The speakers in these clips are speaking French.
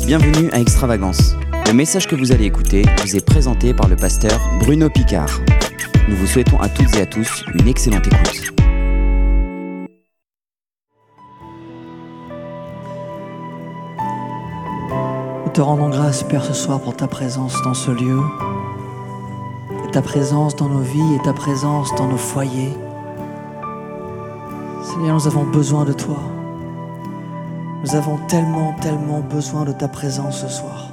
Bienvenue à Extravagance. Le message que vous allez écouter vous est présenté par le pasteur Bruno Picard. Nous vous souhaitons à toutes et à tous une excellente écoute. Nous te rendons grâce, Père, ce soir pour ta présence dans ce lieu, et ta présence dans nos vies, et ta présence dans nos foyers. Seigneur, nous avons besoin de toi. Nous avons tellement besoin de ta présence ce soir.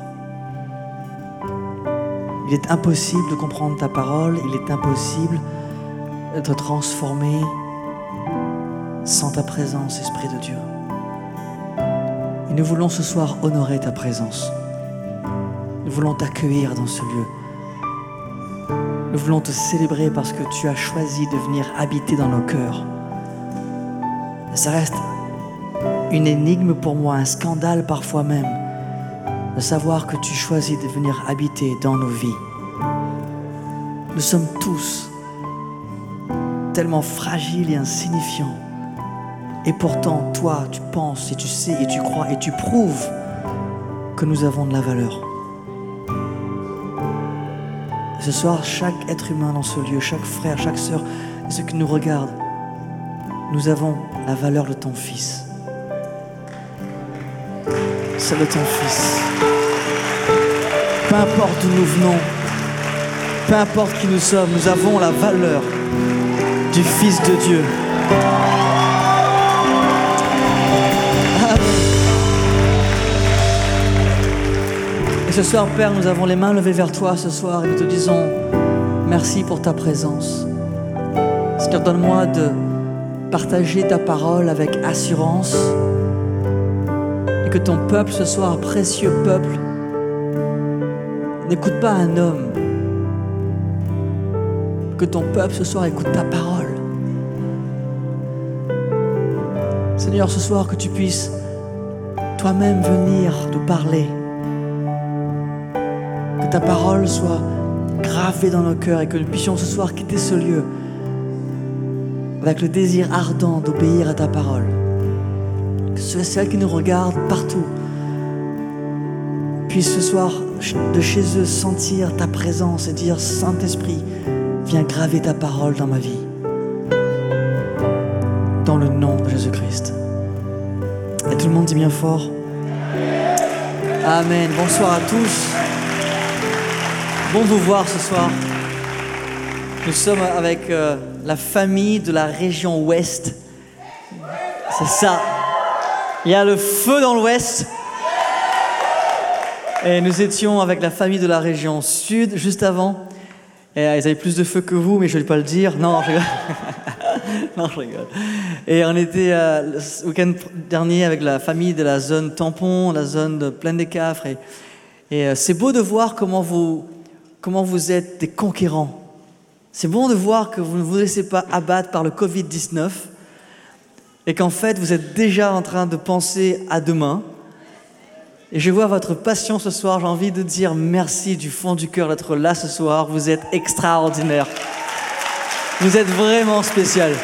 Il est impossible de comprendre ta parole, il est impossible d'être transformé sans ta présence, Esprit de Dieu. Et nous voulons ce soir honorer ta présence. Nous voulons t'accueillir dans ce lieu. Nous voulons te célébrer parce que tu as choisi de venir habiter dans nos cœurs. Ça reste une énigme pour moi, un scandale parfois même, de savoir que tu choisis de venir habiter dans nos vies. Nous sommes tous tellement fragiles et insignifiants. Et pourtant, toi, tu penses et tu sais et tu crois et tu prouves que nous avons de la valeur. Et ce soir, chaque être humain dans ce lieu, chaque frère, chaque sœur, et ceux qui nous regardent, nous avons la valeur de ton Fils. Celle de ton Fils. Peu importe d'où nous venons, peu importe qui nous sommes, nous avons la valeur du Fils de Dieu. Et ce soir, Père, nous avons les mains levées vers toi ce soir et nous te disons merci pour ta présence. Seigneur, donne-moi de partager ta parole avec assurance et que ton peuple ce soir, précieux peuple, n'écoute pas un homme, que ton peuple ce soir écoute ta parole. Seigneur, ce soir que tu puisses toi-même venir nous parler, que ta parole soit gravée dans nos cœurs et que nous puissions ce soir quitter ce lieu avec le désir ardent d'obéir à ta parole. Que ceux et celles qui nous regardent partout puissent ce soir de chez eux sentir ta présence et dire: Saint-Esprit, viens graver ta parole dans ma vie. Dans le nom de Jésus-Christ. Et tout le monde dit bien fort: Amen. Bonsoir à tous. Bon de vous voir ce soir. Nous sommes avec la famille de la région ouest. C'est ça. Il y a le feu dans l'ouest. Et nous étions avec la famille de la région sud juste avant. Et ils avaient plus de feu que vous, mais je ne vais pas le dire. Non, je rigole. Non, je rigole. Et on était le week-end dernier avec la famille de la zone tampon, la zone de Plaine des Cafres. Et c'est beau de voir comment vous êtes des conquérants. C'est bon de voir que vous ne vous laissez pas abattre par le Covid-19 et qu'en fait, vous êtes déjà en train de penser à demain. Et je vois votre passion ce soir. J'ai envie de dire merci du fond du cœur d'être là ce soir. Vous êtes extraordinaire. Vous êtes vraiment spécial.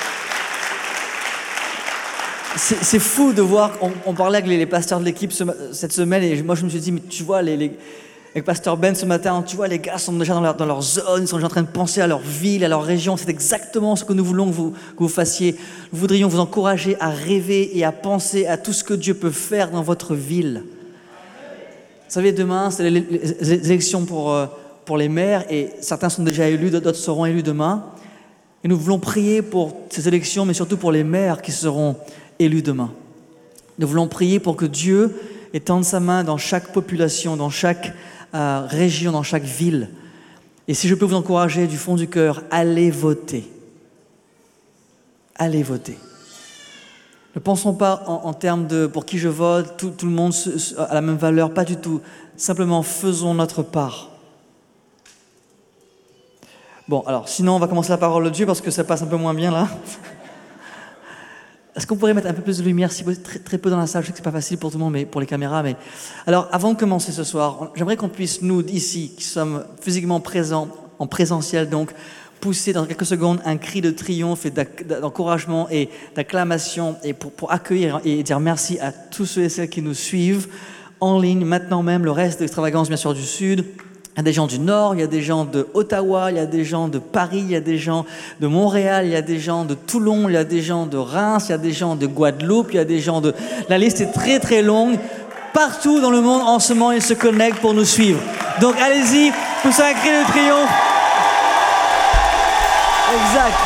C'est fou de voir. On parlait avec les pasteurs de l'équipe cette semaine et moi je me suis dit, mais tu vois, avec Pasteur Ben ce matin, tu vois, les gars sont déjà dans leur zone, ils sont déjà en train de penser à leur ville, à leur région. C'est exactement ce que nous voulons que vous fassiez. Nous voudrions vous encourager à rêver et à penser à tout ce que Dieu peut faire dans votre ville. Vous savez, demain, c'est les élections pour les maires et certains sont déjà élus, d'autres seront élus demain. Et nous voulons prier pour ces élections, mais surtout pour les maires qui seront élus demain. Nous voulons prier pour que Dieu étende sa main dans chaque population, dans chaque région, dans chaque ville. Et si je peux vous encourager du fond du cœur, allez voter. Allez voter. Ne pensons pas en termes de pour qui je vote, tout le monde a la même valeur, pas du tout. Simplement, faisons notre part. Bon, alors, sinon, on va commencer la parole de Dieu parce que ça passe un peu moins bien là. Est-ce qu'on pourrait mettre un peu plus de lumière, si possible, très peu dans la salle? Je sais que c'est pas facile pour tout le monde, mais pour les caméras. Mais alors, avant de commencer ce soir, j'aimerais qu'on puisse, nous, ici, qui sommes physiquement présents, en présentiel, donc, pousser dans quelques secondes un cri de triomphe et d'encouragement et d'acclamation et pour accueillir et dire merci à tous ceux et celles qui nous suivent en ligne maintenant même, le reste de l'Extravagance bien sûr du Sud. Il y a des gens du Nord, il y a des gens de Ottawa, il y a des gens de Paris, il y a des gens de Montréal, il y a des gens de Toulon, il y a des gens de Reims, il y a des gens de Guadeloupe, il y a des gens de... La liste est très très longue. Partout dans le monde, en ce moment, ils se connectent pour nous suivre. Donc allez-y, poussez un cri de triomphe. Exact.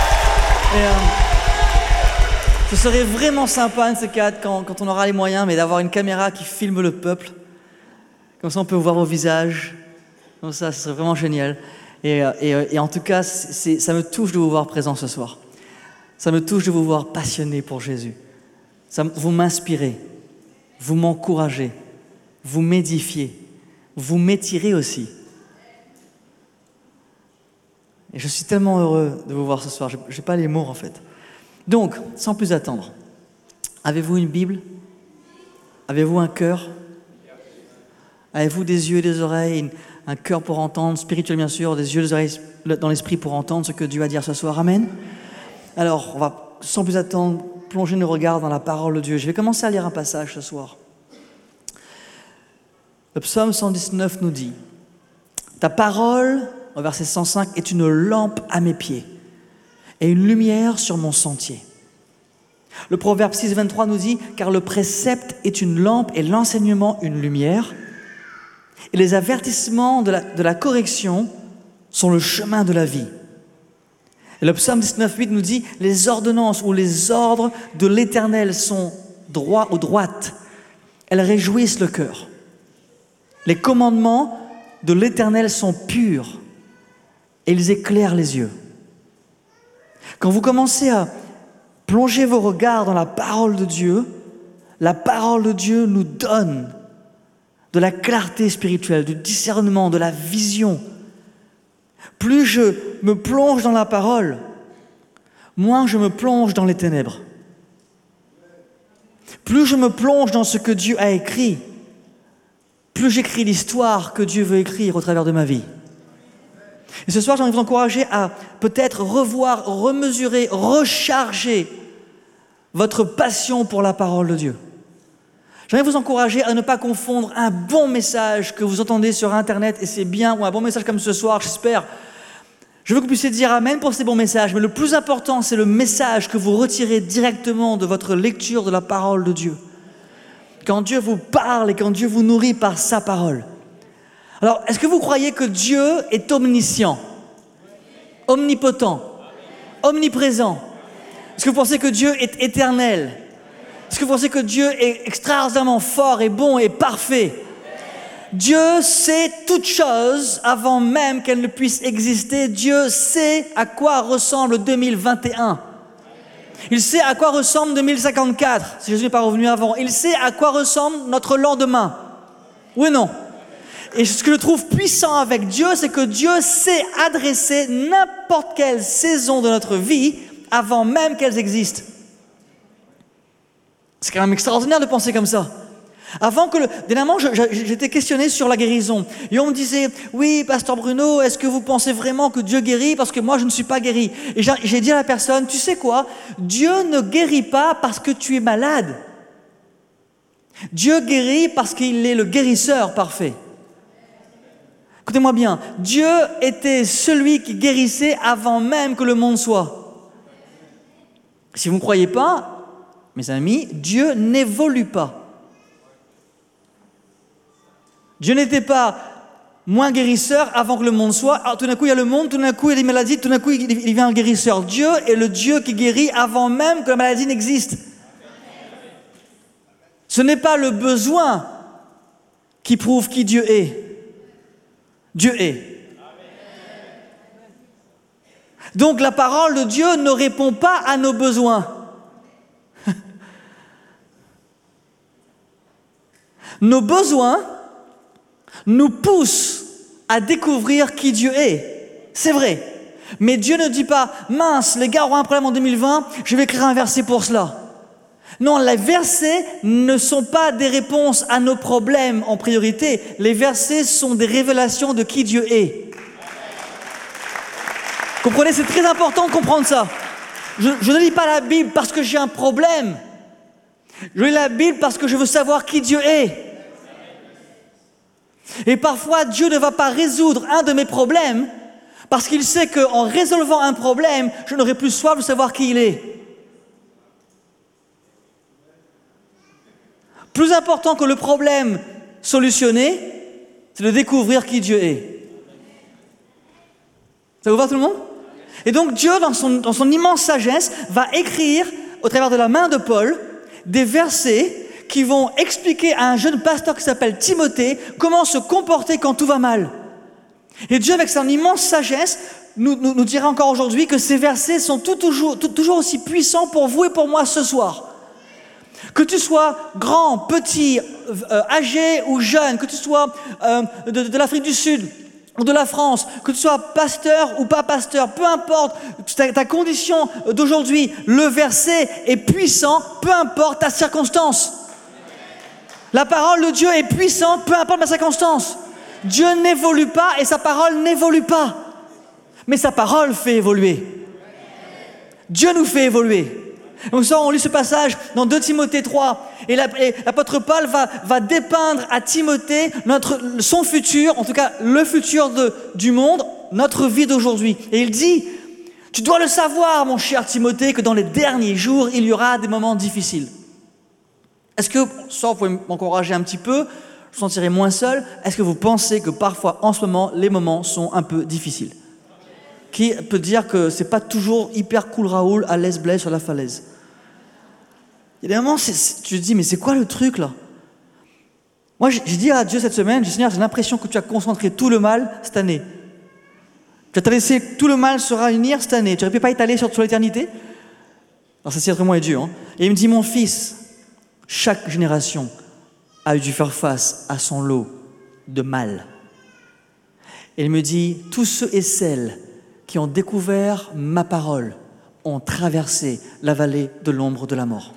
Et, ce serait vraiment sympa, un de ces quatre, quand on aura les moyens, mais d'avoir une caméra qui filme le peuple. Comme ça, on peut voir vos visages. Comme ça, ce serait vraiment génial. Et en tout cas, ça me touche de vous voir présents ce soir. Ça me touche de vous voir passionnés pour Jésus. Vous m'inspirez, vous m'encouragez, vous m'édifiez, vous m'étirez aussi. Et je suis tellement heureux de vous voir ce soir. Je n'ai pas les mots en fait. Donc, sans plus attendre, avez-vous une Bible? Avez-vous un cœur? Avez-vous des yeux et des oreilles, un cœur pour entendre, spirituel bien sûr, des yeux et des oreilles dans l'esprit pour entendre ce que Dieu a à dire ce soir? Amen. Alors, on va sans plus attendre plonger nos regards dans la parole de Dieu. Je vais commencer à lire un passage ce soir. Le psaume 119 nous dit « Ta parole, au verset 105, est une lampe à mes pieds et une lumière sur mon sentier. » Le proverbe 6, 23 nous dit « Car le précepte est une lampe et l'enseignement une lumière. Et les avertissements de la correction sont le chemin de la vie. » Et le psaume 19.8 nous dit « Les ordonnances ou les ordres de l'Éternel sont droits ou droites. Elles réjouissent le cœur. Les commandements de l'Éternel sont purs et ils éclairent les yeux. » Quand vous commencez à plonger vos regards dans la parole de Dieu nous donne de la clarté spirituelle, du discernement, de la vision. Plus je me plonge dans la parole, moins je me plonge dans les ténèbres. Plus je me plonge dans ce que Dieu a écrit, plus j'écris l'histoire que Dieu veut écrire au travers de ma vie. Et ce soir, j'ai envie de vous encourager à peut-être revoir, remesurer, recharger votre passion pour la parole de Dieu. J'aimerais vous encourager à ne pas confondre un bon message que vous entendez sur Internet, et c'est bien, ou un bon message comme ce soir, j'espère. Je veux que vous puissiez dire Amen pour ces bons messages, mais le plus important, c'est le message que vous retirez directement de votre lecture de la parole de Dieu. Quand Dieu vous parle et quand Dieu vous nourrit par sa parole. Alors, est-ce que vous croyez que Dieu est omniscient, omnipotent, omniprésent? Est-ce que vous pensez que Dieu est éternel? Est-ce que vous pensez que Dieu est extraordinairement fort et bon et parfait? Dieu sait toutes choses avant même qu'elles ne puissent exister. Dieu sait à quoi ressemble 2021. Il sait à quoi ressemble 2054, si Jésus n'est pas revenu avant. Il sait à quoi ressemble notre lendemain. Oui ou non? Et ce que je trouve puissant avec Dieu, c'est que Dieu sait adresser n'importe quelle saison de notre vie avant même qu'elles existent. C'est quand même extraordinaire de penser comme ça. Avant que dernièrement, j'étais questionné sur la guérison. Et on me disait, oui, pasteur Bruno, est-ce que vous pensez vraiment que Dieu guérit? Parce que moi, je ne suis pas guéri. Et j'ai dit à la personne, tu sais quoi? Dieu ne guérit pas parce que tu es malade. Dieu guérit parce qu'il est le guérisseur parfait. Écoutez-moi bien, Dieu était celui qui guérissait avant même que le monde soit. Si vous ne croyez pas, mes amis, Dieu n'évolue pas. Dieu n'était pas moins guérisseur avant que le monde soit. Alors, tout d'un coup, il y a le monde, tout d'un coup, il y a des maladies, tout d'un coup, il vient un guérisseur. Dieu est le Dieu qui guérit avant même que la maladie n'existe. Ce n'est pas le besoin qui prouve qui Dieu est. Dieu est. Donc, la parole de Dieu ne répond pas à nos besoins. Nos besoins nous poussent à découvrir qui Dieu est. C'est vrai. Mais Dieu ne dit pas, mince, les gars auront un problème en 2020, je vais écrire un verset pour cela. Non, les versets ne sont pas des réponses à nos problèmes en priorité. Les versets sont des révélations de qui Dieu est. Comprenez, c'est très important de comprendre ça. Je ne lis pas la Bible parce que j'ai un problème. Je lis la Bible parce que je veux savoir qui Dieu est. Et parfois, Dieu ne va pas résoudre un de mes problèmes parce qu'il sait qu'en résolvant un problème, je n'aurai plus soif de savoir qui il est. Plus important que le problème solutionné, c'est de découvrir qui Dieu est. Ça vous va tout le monde? Et donc Dieu, dans son immense sagesse, va écrire, au travers de la main de Paul, des versets qui vont expliquer à un jeune pasteur qui s'appelle Timothée comment se comporter quand tout va mal. Et Dieu, avec son immense sagesse, nous dira encore aujourd'hui que ces versets sont toujours aussi puissants pour vous et pour moi ce soir. Que tu sois grand, petit, âgé ou jeune, que tu sois de l'Afrique du Sud ou de la France, que tu sois pasteur ou pas pasteur, peu importe ta condition d'aujourd'hui, le verset est puissant, peu importe ta circonstance. La parole de Dieu est puissante, peu importe ma circonstance. Dieu n'évolue pas et sa parole n'évolue pas. Mais sa parole fait évoluer. Dieu nous fait évoluer. Donc ça, on lit ce passage dans 2 Timothée 3. Et l'apôtre Paul va dépeindre à Timothée son futur, en tout cas le futur du monde, notre vie d'aujourd'hui. Et il dit, tu dois le savoir, mon cher Timothée, que dans les derniers jours, il y aura des moments difficiles. Est-ce que, ça vous pouvez m'encourager un petit peu, je me sentirai moins seul, est-ce que vous pensez que parfois, en ce moment, les moments sont un peu difficiles? Qui peut dire que c'est pas toujours hyper cool Raoul à l'aise-blesse sur la falaise? Il y a des moments, tu te dis, mais c'est quoi le truc là? Moi, j'ai dit à Dieu cette semaine, Seigneur, j'ai l'impression que tu as concentré tout le mal cette année. Tu as laissé tout le mal se réunir cette année. Tu n'aurais pu pas étaler sur l'éternité? Alors ça, c'est vraiment dur. Hein. Et il me dit, mon fils, chaque génération a dû faire face à son lot de mal. Et il me dit, tous ceux et celles qui ont découvert ma parole ont traversé la vallée de l'ombre de la mort.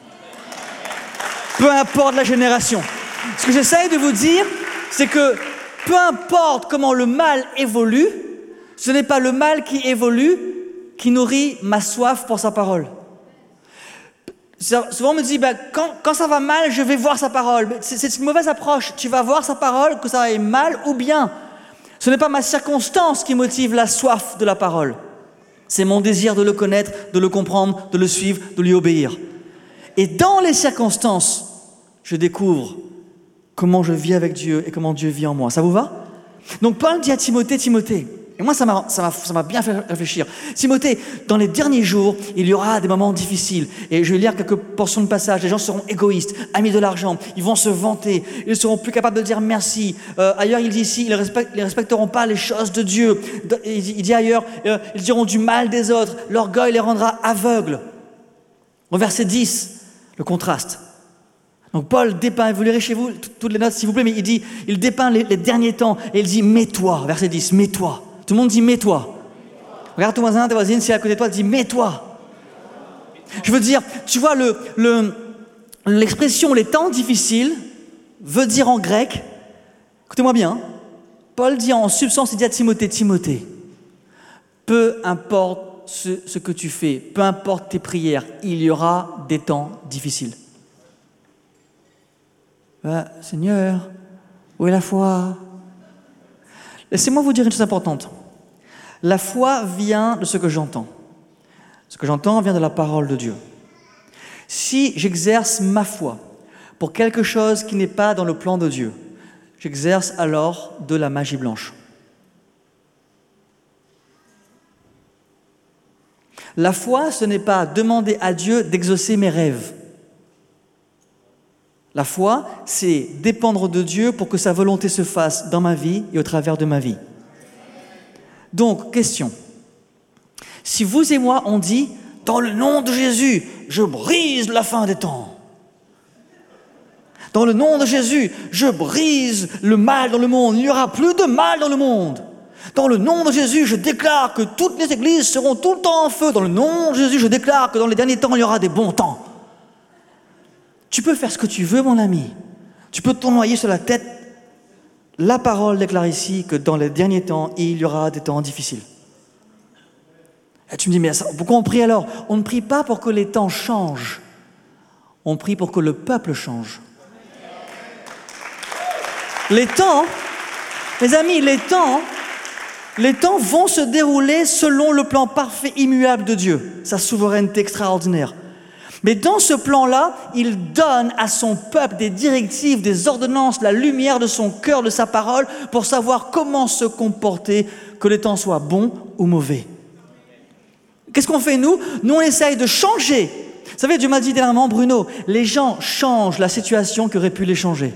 Peu importe la génération. Ce que j'essaye de vous dire, c'est que peu importe comment le mal évolue, ce n'est pas le mal qui évolue qui nourrit ma soif pour sa parole. Souvent on me dit, quand ça va mal, je vais voir sa parole. C'est une mauvaise approche. Tu vas voir sa parole, que ça aille mal ou bien. Ce n'est pas ma circonstance qui motive la soif de la parole. C'est mon désir de le connaître, de le comprendre, de le suivre, de lui obéir. Et dans les circonstances, je découvre comment je vis avec Dieu et comment Dieu vit en moi. Ça vous va? Donc Paul dit à Timothée, et moi ça m'a bien fait réfléchir. Timothée, dans les derniers jours, il y aura des moments difficiles. Et je vais lire quelques portions de passage. Les gens seront égoïstes, amis de l'argent, ils vont se vanter, ils ne seront plus capables de dire merci. Ailleurs, il dit ici, ils ne respecteront pas les choses de Dieu. Il dit ailleurs, ils diront du mal des autres, l'orgueil les rendra aveugles. Au verset 10, le contraste. Donc Paul dépeint, vous lirez chez vous toutes les notes s'il vous plaît, mais il dépeint les derniers temps et il dit « mets-toi », verset 10, « mets-toi ». Tout le monde dit « mets-toi ». Regarde ton voisin, ta voisine, si elle est à côté de toi, elle dit « mets-toi ». Je veux dire, tu vois, l'expression « les temps difficiles » veut dire en grec, écoutez-moi bien, Paul dit en substance, il dit à Timothée, peu importe ce que tu fais, peu importe tes prières, il y aura des temps difficiles. Seigneur, où est la foi? Laissez-moi vous dire une chose importante. La foi vient de ce que j'entends. Ce que j'entends vient de la parole de Dieu. Si j'exerce ma foi pour quelque chose qui n'est pas dans le plan de Dieu, j'exerce alors de la magie blanche. La foi, ce n'est pas demander à Dieu d'exaucer mes rêves. La foi, c'est dépendre de Dieu pour que sa volonté se fasse dans ma vie et au travers de ma vie. Donc, question. Si vous et moi, on dit, dans le nom de Jésus, je brise la fin des temps. Dans le nom de Jésus, je brise le mal dans le monde. Il n'y aura plus de mal dans le monde. Dans le nom de Jésus, je déclare que toutes les églises seront tout le temps en feu. Dans le nom de Jésus, je déclare que dans les derniers temps, il y aura des bons temps. Tu peux faire ce que tu veux, mon ami. Tu peux te noyer sur la tête. La parole déclare ici que dans les derniers temps, il y aura des temps difficiles. Et tu me dis, mais pourquoi on prie alors? On ne prie pas pour que les temps changent. On prie pour que le peuple change. Les temps Mes amis, les temps vont se dérouler selon le plan parfait, immuable de Dieu, sa souveraineté extraordinaire. Mais dans ce plan-là, il donne à son peuple des directives, des ordonnances, la lumière de son cœur, de sa parole, pour savoir comment se comporter, que les temps soient bons ou mauvais. Qu'est-ce qu'on fait, nous ? Nous, on essaye de changer. Vous savez, Dieu m'a dit dernièrement, Bruno, les gens changent la situation qui aurait pu les changer.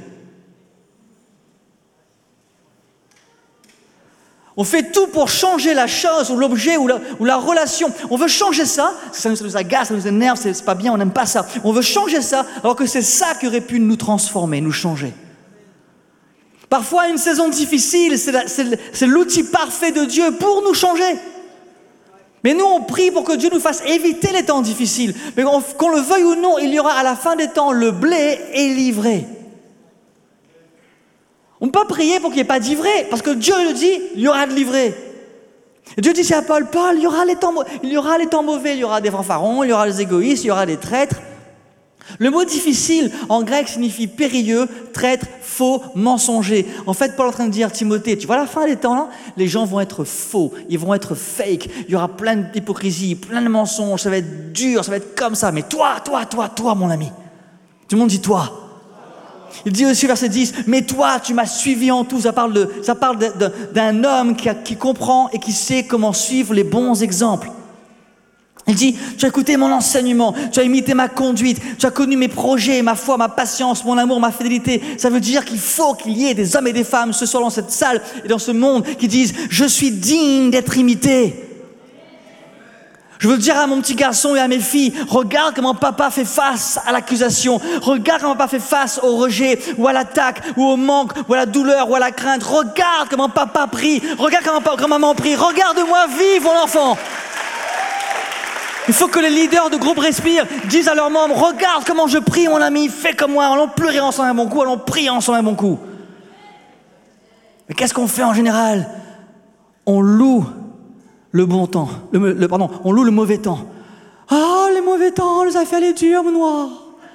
On fait tout pour changer la chose ou l'objet ou la relation. On veut changer ça nous agace, ça nous énerve, c'est pas bien, on n'aime pas ça. On veut changer ça alors que c'est ça qui aurait pu nous transformer, nous changer. Parfois, une saison difficile, c'est l'outil parfait de Dieu pour nous changer. Mais nous, on prie pour que Dieu nous fasse éviter les temps difficiles. Mais qu'on le veuille ou non, il y aura à la fin des temps, le blé est livré. On ne peut pas prier pour qu'il n'y ait pas d'ivré, parce que Dieu le dit, il y aura de l'ivré. Et Dieu dit à Paul, il y aura les temps mauvais, il y aura des fanfarons, il y aura des égoïstes, il y aura des traîtres. Le mot difficile en grec signifie périlleux, traître, faux, mensonger. En fait, Paul est en train de dire, Timothée, tu vois, à la fin des temps, là, les gens vont être faux, ils vont être fake, il y aura plein d'hypocrisie, plein de mensonges, ça va être dur, ça va être comme ça. Mais toi, mon ami, tout le monde dit toi. Il dit aussi, verset 10, « Mais toi, tu m'as suivi en tout. » Ça parle d'un homme qui comprend et qui sait comment suivre les bons exemples. Il dit, « Tu as écouté mon enseignement, tu as imité ma conduite, tu as connu mes projets, ma foi, ma patience, mon amour, ma fidélité. » Ça veut dire qu'il faut qu'il y ait des hommes et des femmes ce soir dans cette salle et dans ce monde qui disent, « Je suis digne d'être imité. » Je veux dire à mon petit garçon et à mes filles, regarde comment papa fait face à l'accusation, regarde comment papa fait face au rejet, ou à l'attaque, ou au manque, ou à la douleur, ou à la crainte. Regarde comment papa prie, regarde comment maman prie, regarde-moi vivre mon enfant. Il faut que les leaders de groupe Respire disent à leurs membres, regarde comment je prie mon ami, fais comme moi, allons pleurer ensemble un bon coup, allons prier ensemble un bon coup. Mais qu'est-ce qu'on fait en général ? On loue le bon temps, on loue le mauvais temps. Ah, les mauvais temps, les affaires les dures, mon noir.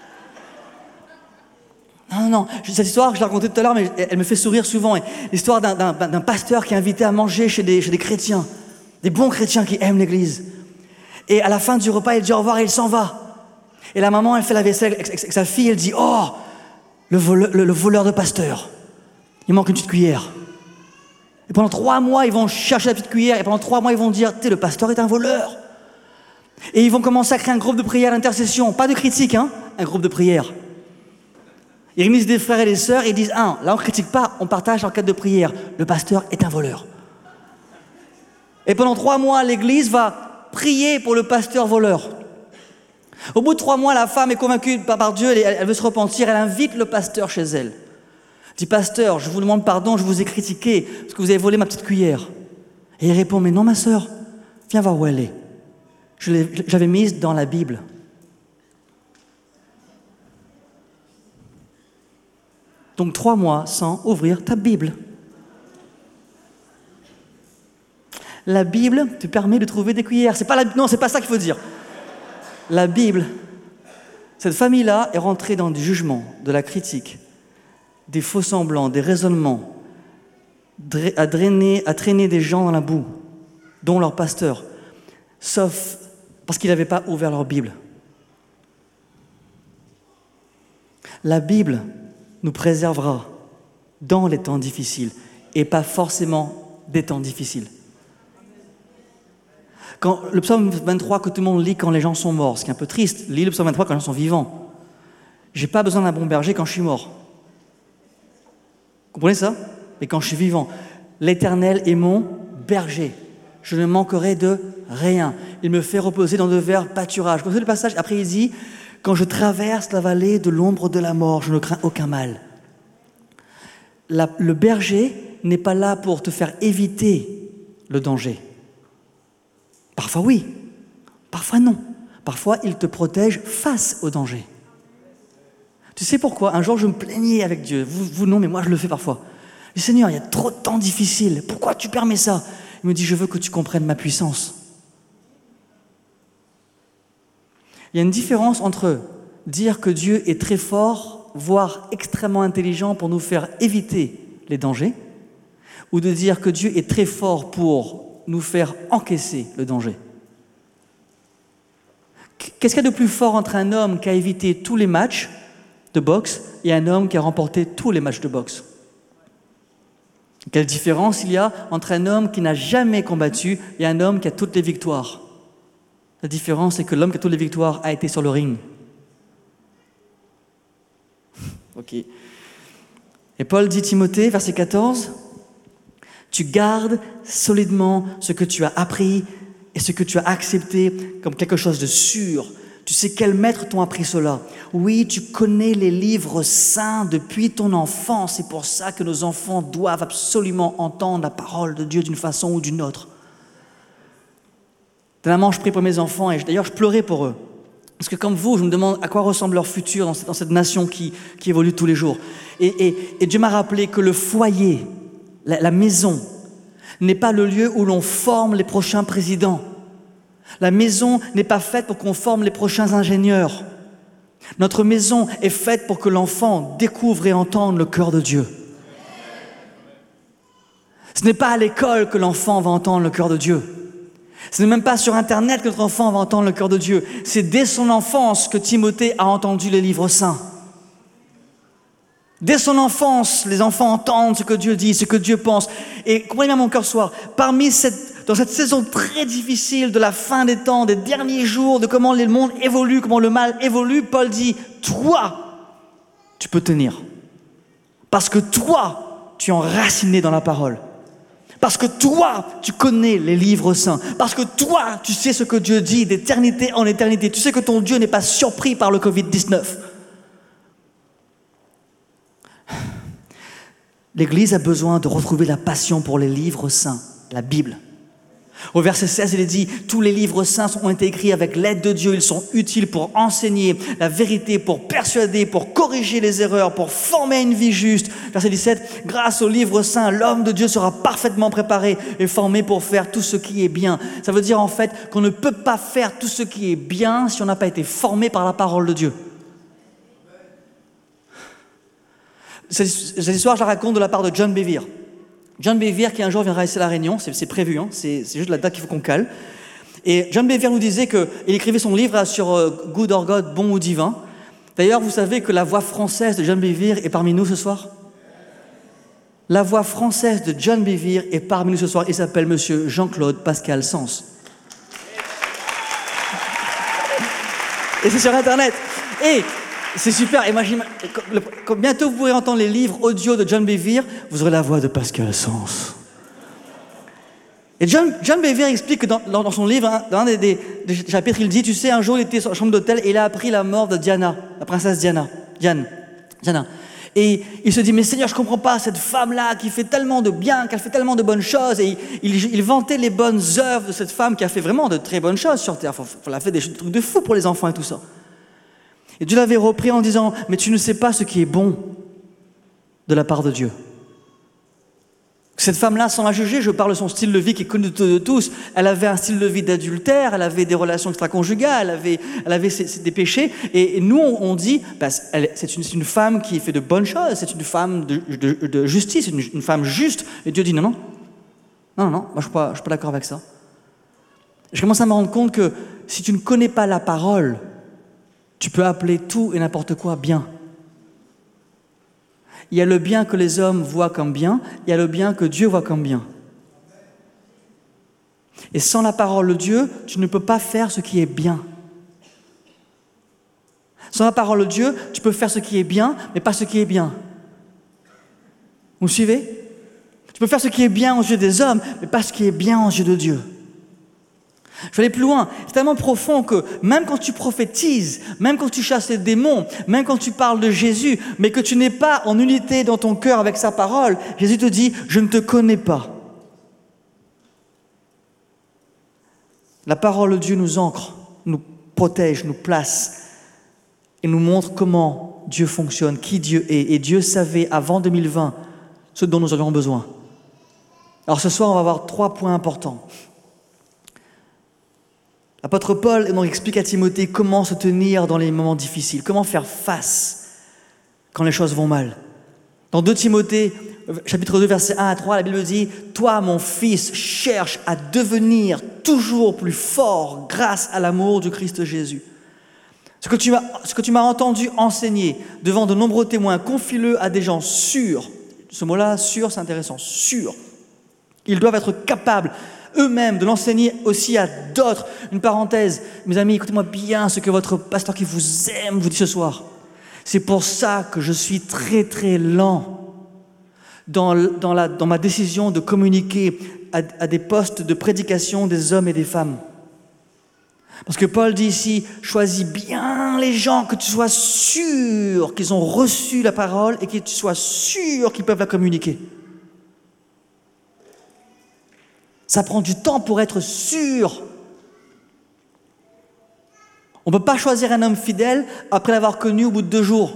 Non, cette histoire, je l'ai racontée tout à l'heure, mais elle me fait sourire souvent. L'histoire d'un pasteur qui est invité à manger chez des chrétiens, des bons chrétiens qui aiment l'église. Et à la fin du repas, il dit au revoir et il s'en va. Et la maman, elle fait la vaisselle avec sa fille, elle dit, oh, le voleur de pasteur, il manque une petite cuillère. Et pendant 3 mois, ils vont chercher la petite cuillère. Et pendant 3 mois, ils vont dire, le pasteur est un voleur. Et ils vont commencer à créer un groupe de prière d'intercession. Pas de critique, un groupe de prière. Ils réunissent des frères et des sœurs et ils disent, là on ne critique pas, on partage en cadre de prière. Le pasteur est un voleur. Et pendant 3 mois, l'église va prier pour le pasteur voleur. Au bout de 3 mois, la femme est convaincue par Dieu, elle veut se repentir, elle invite le pasteur chez elle. Dit, pasteur, je vous demande pardon, je vous ai critiqué parce que vous avez volé ma petite cuillère. Et il répond, mais non ma sœur, viens voir où elle est. Je l'avais mise dans la Bible. Donc 3 mois sans ouvrir ta Bible. La Bible te permet de trouver des cuillères. Non, c'est pas ça qu'il faut dire. La Bible, cette famille-là est rentrée dans du jugement, de la critique, des faux semblants, des raisonnements, à traîner des gens dans la boue, dont leur pasteur, sauf parce qu'ils n'avaient pas ouvert leur Bible. La Bible nous préservera dans les temps difficiles et pas forcément des temps difficiles. Quand le psaume 23 que tout le monde lit quand les gens sont morts, ce qui est un peu triste, lis le psaume 23 quand les gens sont vivants. J'ai pas besoin d'un bon berger quand je suis mort. Vous comprenez ça ? Mais quand je suis vivant, l'Éternel est mon berger. Je ne manquerai de rien. Il me fait reposer dans de verts pâturages. Vous connaissez le passage ? Après, il dit, quand je traverse la vallée de l'ombre de la mort, je ne crains aucun mal. Le berger n'est pas là pour te faire éviter le danger. Parfois oui, parfois non. Parfois, il te protège face au danger. Tu sais pourquoi ? Un jour, je me plaignais avec Dieu. Vous non, mais moi, je le fais parfois. Je dis, Seigneur, il y a trop de temps difficiles. Pourquoi tu permets ça ? Il me dit, je veux que tu comprennes ma puissance. Il y a une différence entre dire que Dieu est très fort, voire extrêmement intelligent pour nous faire éviter les dangers, ou de dire que Dieu est très fort pour nous faire encaisser le danger. Qu'est-ce qu'il y a de plus fort entre un homme qui a évité tous les matchs de boxe et un homme qui a remporté tous les matchs de boxe? Quelle différence il y a entre un homme qui n'a jamais combattu et un homme qui a toutes les victoires? La différence, c'est que l'homme qui a toutes les victoires a été sur le ring. Ok. Et Paul dit Timothée, verset 14, « Tu gardes solidement ce que tu as appris et ce que tu as accepté comme quelque chose de sûr. Tu sais quels maîtres t'ont appris cela. Oui, tu connais les livres saints depuis ton enfance. C'est pour ça que nos enfants doivent absolument entendre la parole de Dieu d'une façon ou d'une autre. » Dernièrement, je prie pour mes enfants et d'ailleurs, je pleurais pour eux. Parce que comme vous, je me demande à quoi ressemble leur futur dans cette nation qui évolue tous les jours. Et Dieu m'a rappelé que le foyer, la maison, n'est pas le lieu où l'on forme les prochains présidents. La maison n'est pas faite pour qu'on forme les prochains ingénieurs. Notre maison est faite pour que l'enfant découvre et entende le cœur de Dieu. Ce n'est pas à l'école que l'enfant va entendre le cœur de Dieu. Ce n'est même pas sur Internet que notre enfant va entendre le cœur de Dieu. C'est dès son enfance que Timothée a entendu les livres saints. Dès son enfance, les enfants entendent ce que Dieu dit, ce que Dieu pense. Et comprenez bien mon cœur ce soir, dans cette saison très difficile de la fin des temps, des derniers jours, de comment le monde évolue, comment le mal évolue, Paul dit, toi, tu peux tenir. Parce que toi, tu es enraciné dans la parole. Parce que toi, tu connais les livres saints. Parce que toi, tu sais ce que Dieu dit d'éternité en éternité. Tu sais que ton Dieu n'est pas surpris par le Covid-19. L'Église a besoin de retrouver la passion pour les livres saints, la Bible. Au verset 16, il est dit « Tous les livres saints ont été écrits avec l'aide de Dieu. Ils sont utiles pour enseigner la vérité, pour persuader, pour corriger les erreurs, pour former une vie juste. » Verset 17 « Grâce aux livres saints, l'homme de Dieu sera parfaitement préparé et formé pour faire tout ce qui est bien. » Ça veut dire en fait qu'on ne peut pas faire tout ce qui est bien si on n'a pas été formé par la parole de Dieu. Cette histoire, je la raconte de la part de John Bevere. John Bevere qui un jour viendra ici à La Réunion, c'est prévu, hein, c'est juste la date qu'il faut qu'on cale. Et John Bevere nous disait qu'il écrivait son livre sur Good or God, bon ou divin. D'ailleurs, vous savez que la voix française de John Bevere est parmi nous ce soir? La voix française de John Bevere est parmi nous ce soir. Il s'appelle Monsieur Jean-Claude Pascal Sens. Et c'est sur Internet. Et c'est super. Et moi, bientôt, vous pourrez entendre les livres audio de John Bevere. Vous aurez la voix de Pascal Sens. Et John Bevere explique que dans son livre, hein, dans un des chapitres, il dit, tu sais, un jour, il était sur la chambre d'hôtel et il a appris la mort de Diana, la princesse Diana. Et il se dit, mais Seigneur, je ne comprends pas, cette femme-là qui fait tellement de bien, qui a fait tellement de bonnes choses. Et il vantait les bonnes œuvres de cette femme qui a fait vraiment de très bonnes choses sur terre. Elle a fait des trucs de fou pour les enfants et tout ça. Et Dieu l'avait repris en disant, mais tu ne sais pas ce qui est bon de la part de Dieu. Cette femme-là, sans la juger, je parle de son style de vie qui est connu de tous. Elle avait un style de vie d'adultère, elle avait des relations extra-conjugales, elle avait des péchés. Et nous, on dit, bah, c'est une femme qui fait de bonnes choses, c'est une femme de justice, une femme juste. Et Dieu dit, non, moi je ne suis pas d'accord avec ça. Je commence à me rendre compte que si tu ne connais pas la parole, tu peux appeler tout et n'importe quoi bien. Il y a le bien que les hommes voient comme bien, il y a le bien que Dieu voit comme bien. Et sans la parole de Dieu, tu ne peux pas faire ce qui est bien. Sans la parole de Dieu, tu peux faire ce qui est bien, mais pas ce qui est bien. Vous me suivez? Tu peux faire ce qui est bien aux yeux des hommes, mais pas ce qui est bien aux yeux de Dieu. Je vais aller plus loin. C'est tellement profond que même quand tu prophétises, même quand tu chasses les démons, même quand tu parles de Jésus, mais que tu n'es pas en unité dans ton cœur avec sa parole, Jésus te dit « Je ne te connais pas ». La parole de Dieu nous ancre, nous protège, nous place et nous montre comment Dieu fonctionne, qui Dieu est. Et Dieu savait avant 2020 ce dont nous aurions besoin. Alors ce soir, on va voir 3 points importants. L'apôtre Paul donc explique à Timothée comment se tenir dans les moments difficiles, comment faire face quand les choses vont mal. Dans 2 Timothée, chapitre 2, versets 1 à 3, la Bible dit « Toi, mon fils, cherche à devenir toujours plus fort grâce à l'amour du Christ Jésus. Ce que tu m'as entendu enseigner devant de nombreux témoins, confie-le à des gens sûrs. » Ce mot-là, « sûr », c'est intéressant, « sûrs ». Ils doivent être capables eux-mêmes de l'enseigner aussi à d'autres. Une parenthèse, mes amis, écoutez-moi bien ce que votre pasteur qui vous aime vous dit ce soir. C'est pour ça que je suis très très lent dans ma décision de communiquer à des postes de prédication des hommes et des femmes. Parce que Paul dit ici, choisis bien les gens, que tu sois sûr qu'ils ont reçu la parole et que tu sois sûr qu'ils peuvent la communiquer. Ça prend du temps pour être sûr. On ne peut pas choisir un homme fidèle après l'avoir connu au bout de 2 jours.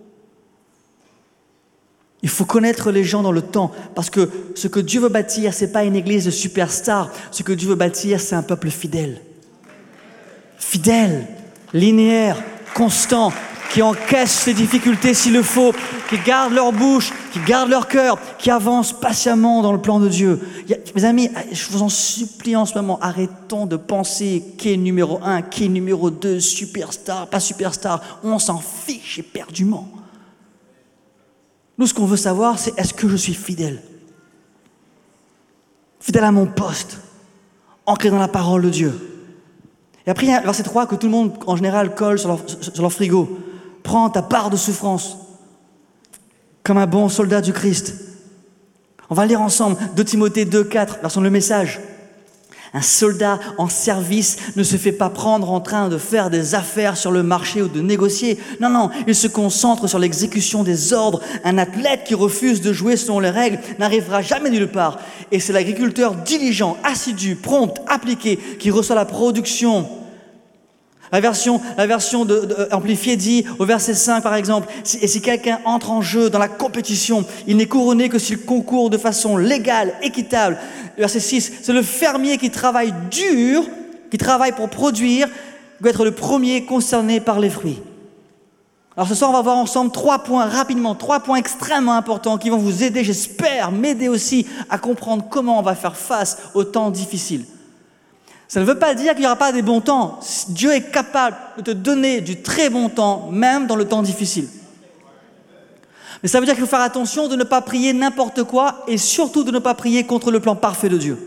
Il faut connaître les gens dans le temps, parce que ce que Dieu veut bâtir, ce n'est pas une église de superstars. Ce que Dieu veut bâtir, c'est un peuple fidèle. Fidèle, linéaire, constant, qui encaisse les difficultés s'il le faut, qui garde leur bouche, qui garde leur cœur, qui avance patiemment dans le plan de Dieu. Mes amis, je vous en supplie en ce moment, arrêtons de penser qui est numéro 1, qui est numéro 2, superstar, pas superstar. On s'en fiche éperdument. Nous, ce qu'on veut savoir, c'est est-ce que je suis fidèle? Fidèle à mon poste, ancré dans la parole de Dieu. Et après, il y a le verset 3 que tout le monde, en général, colle sur leur frigo. Prends ta part de souffrance, comme un bon soldat du Christ. On va lire ensemble 2 Timothée 2, 4, version Le Message. Un soldat en service ne se fait pas prendre en train de faire des affaires sur le marché ou de négocier. Non, il se concentre sur l'exécution des ordres. Un athlète qui refuse de jouer selon les règles n'arrivera jamais nulle part. Et c'est l'agriculteur diligent, assidu, prompt, appliqué qui reçoit la production. La version amplifiée dit, au verset 5 par exemple, et si quelqu'un entre en jeu dans la compétition, il n'est couronné que s'il concourt de façon légale, équitable. Verset 6, c'est le fermier qui travaille dur, qui travaille pour produire, doit être le premier concerné par les fruits. Alors ce soir, on va voir ensemble 3 points rapidement, 3 points extrêmement importants qui vont vous aider, j'espère, m'aider aussi à comprendre comment on va faire face aux temps difficiles. Ça ne veut pas dire qu'il n'y aura pas des bons temps. Dieu est capable de te donner du très bon temps, même dans le temps difficile. Mais ça veut dire qu'il faut faire attention de ne pas prier n'importe quoi et surtout de ne pas prier contre le plan parfait de Dieu.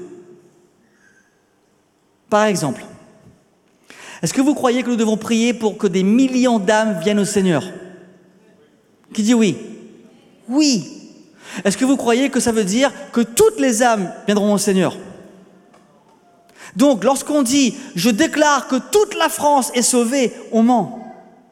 Par exemple, est-ce que vous croyez que nous devons prier pour que des millions d'âmes viennent au Seigneur? Qui dit oui? Oui. Est-ce que vous croyez que ça veut dire que toutes les âmes viendront au Seigneur? Donc, lorsqu'on dit « je déclare que toute la France est sauvée », on ment.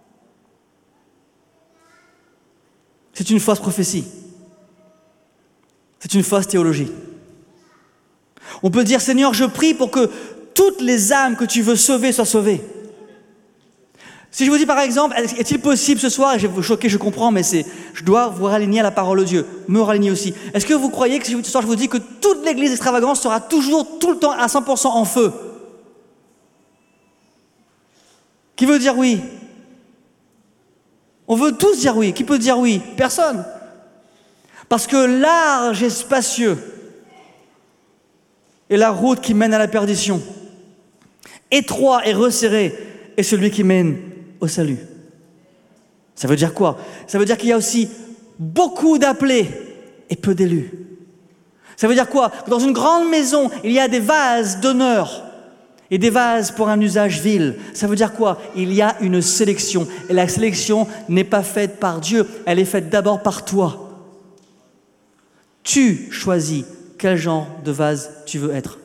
C'est une fausse prophétie. C'est une fausse théologie. On peut dire « Seigneur, je prie pour que toutes les âmes que tu veux sauver soient sauvées ». Si je vous dis par exemple, est-il possible ce soir, et je vais vous choquer, je comprends, mais je dois vous raligner à la parole de Dieu, me raligner aussi. Est-ce que vous croyez que ce soir je vous dis que toute l'église extravagante sera toujours, tout le temps, à 100% en feu? Qui veut dire oui? On veut tous dire oui. Qui peut dire oui? Personne. Parce que large et spacieux est la route qui mène à la perdition. Étroit et resserré est celui qui mène au salut. Ça veut dire quoi? Ça veut dire qu'il y a aussi beaucoup d'appelés et peu d'élus. Ça veut dire quoi? Dans une grande maison, il y a des vases d'honneur et des vases pour un usage vil. Ça veut dire quoi? Il y a une sélection. Et la sélection n'est pas faite par Dieu, elle est faite d'abord par toi. Tu choisis quel genre de vase tu veux être.